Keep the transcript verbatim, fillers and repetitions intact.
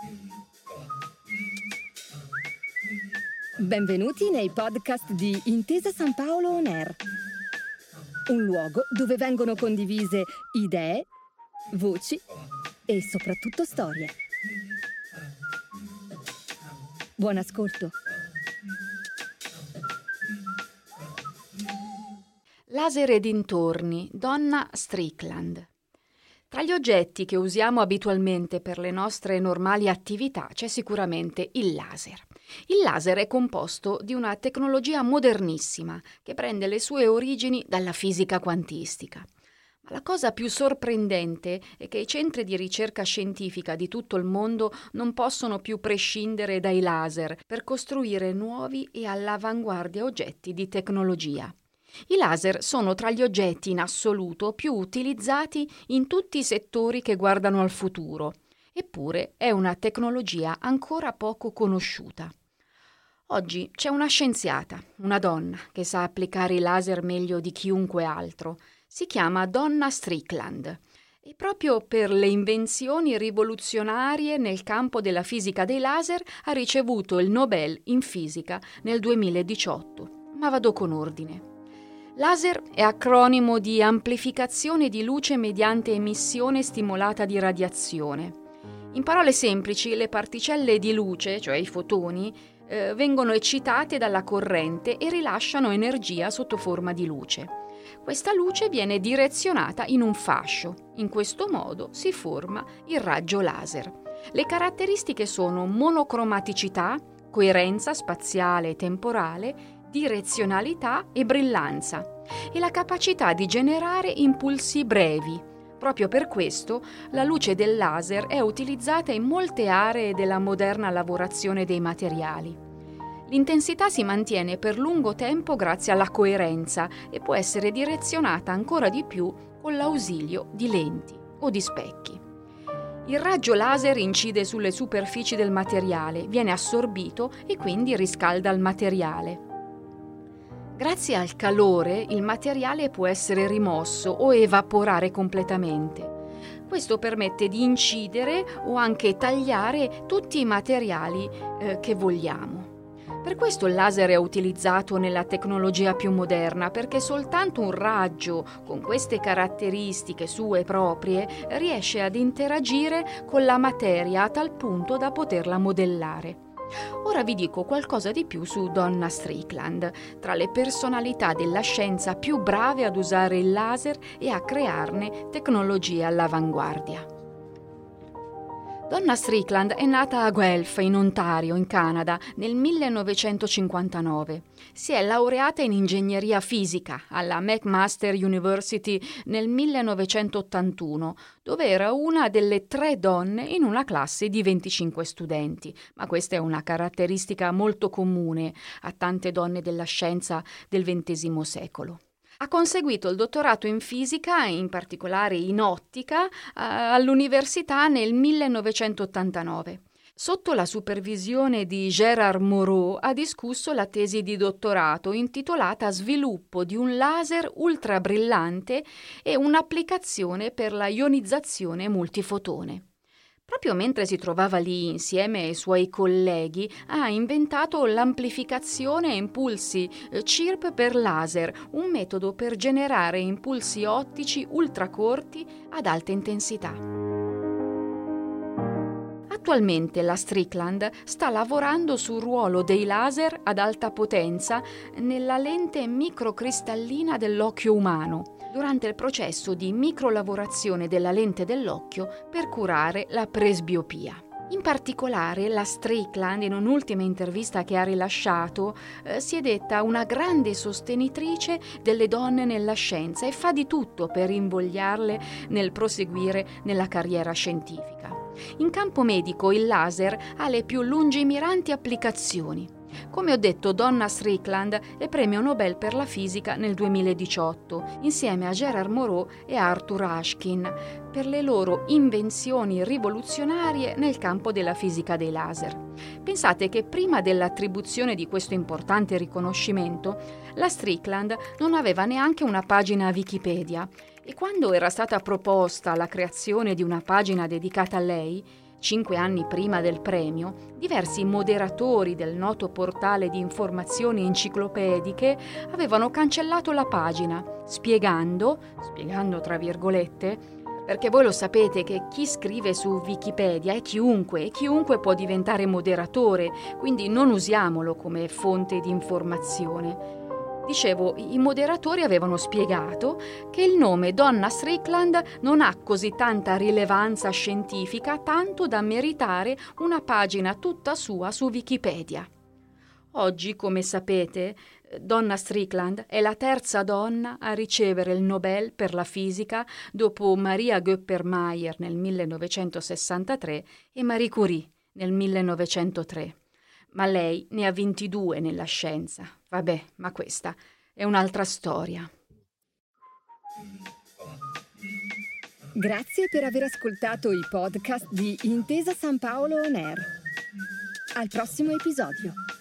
Benvenuti nei podcast di Intesa San Paolo On Air, un luogo dove vengono condivise idee, voci e soprattutto storie. Buon ascolto. Laser e dintorni, Donna Strickland. Tra gli oggetti che usiamo abitualmente per le nostre normali attività c'è sicuramente il laser. Il laser è composto di una tecnologia modernissima che prende le sue origini dalla fisica quantistica. Ma la cosa più sorprendente è che i centri di ricerca scientifica di tutto il mondo non possono più prescindere dai laser per costruire nuovi e all'avanguardia oggetti di tecnologia. I laser sono tra gli oggetti in assoluto più utilizzati in tutti i settori che guardano al futuro, eppure è una tecnologia ancora poco conosciuta. Oggi c'è una scienziata, una donna, che sa applicare i laser meglio di chiunque altro. Si chiama Donna Strickland e proprio per le invenzioni rivoluzionarie nel campo della fisica dei laser ha ricevuto il Nobel in fisica nel duemiladiciotto. Ma vado con ordine. Laser è acronimo di amplificazione di luce mediante emissione stimolata di radiazione. In parole semplici, le particelle di luce, cioè i fotoni, eh, vengono eccitate dalla corrente e rilasciano energia sotto forma di luce. Questa luce viene direzionata in un fascio. In questo modo si forma il raggio laser. Le caratteristiche sono monocromaticità, coerenza spaziale e temporale, direzionalità e brillanza e la capacità di generare impulsi brevi. Proprio per questo la luce del laser è utilizzata in molte aree della moderna lavorazione dei materiali. L'intensità si mantiene per lungo tempo grazie alla coerenza e può essere direzionata ancora di più con l'ausilio di lenti o di specchi. Il raggio laser incide sulle superfici del materiale, viene assorbito e quindi riscalda il materiale. Grazie al calore il materiale può essere rimosso o evaporare completamente. Questo permette di incidere o anche tagliare tutti i materiali eh, che vogliamo. Per questo il laser è utilizzato nella tecnologia più moderna, perché soltanto un raggio con queste caratteristiche sue proprie riesce ad interagire con la materia a tal punto da poterla modellare. Ora vi dico qualcosa di più su Donna Strickland, tra le personalità della scienza più brave ad usare il laser e a crearne tecnologie all'avanguardia. Donna Strickland è nata a Guelph, in Ontario, in Canada, nel millenovecentocinquantanove. Si è laureata in ingegneria fisica alla McMaster University nel millenovecentottantuno, dove era una delle tre donne in una classe di venticinque studenti. Ma questa è una caratteristica molto comune a tante donne della scienza del ventesimo secolo. Ha conseguito il dottorato in fisica, in particolare in ottica, all'università nel millenovecentottantanove. Sotto la supervisione di Gérard Mourou ha discusso la tesi di dottorato intitolata Sviluppo di un laser ultrabrillante e un'applicazione per la ionizzazione multifotone. Proprio mentre si trovava lì insieme ai suoi colleghi, ha inventato l'amplificazione a impulsi C I R P per laser, un metodo per generare impulsi ottici ultracorti ad alta intensità. Attualmente la Strickland sta lavorando sul ruolo dei laser ad alta potenza nella lente microcristallina dell'occhio umano, durante il processo di microlavorazione della lente dell'occhio per curare la presbiopia. In particolare, la Strickland, in un'ultima intervista che ha rilasciato, eh, si è detta una grande sostenitrice delle donne nella scienza e fa di tutto per invogliarle nel proseguire nella carriera scientifica. In campo medico il laser ha le più lungimiranti applicazioni. Come ho detto, Donna Strickland è premio Nobel per la fisica nel duemiladiciotto, insieme a Gérard Mourou e Arthur Ashkin, per le loro invenzioni rivoluzionarie nel campo della fisica dei laser. Pensate che prima dell'attribuzione di questo importante riconoscimento, la Strickland non aveva neanche una pagina Wikipedia, e quando era stata proposta la creazione di una pagina dedicata a lei, Cinque anni prima del premio, diversi moderatori del noto portale di informazioni enciclopediche avevano cancellato la pagina, spiegando, spiegando tra virgolette, perché voi lo sapete che chi scrive su Wikipedia è chiunque, e chiunque può diventare moderatore, quindi non usiamolo come fonte di informazione. Dicevo, i moderatori avevano spiegato che il nome Donna Strickland non ha così tanta rilevanza scientifica tanto da meritare una pagina tutta sua su Wikipedia. Oggi, come sapete, Donna Strickland è la terza donna a ricevere il Nobel per la fisica dopo Maria Göpper-Mayer nel millenovecentosessantatré e Marie Curie nel millenovecentotre. Ma lei ne ha ventidue nella scienza. Vabbè, ma questa è un'altra storia. Grazie per aver ascoltato i podcast di Intesa San Paolo On Air. Al prossimo episodio.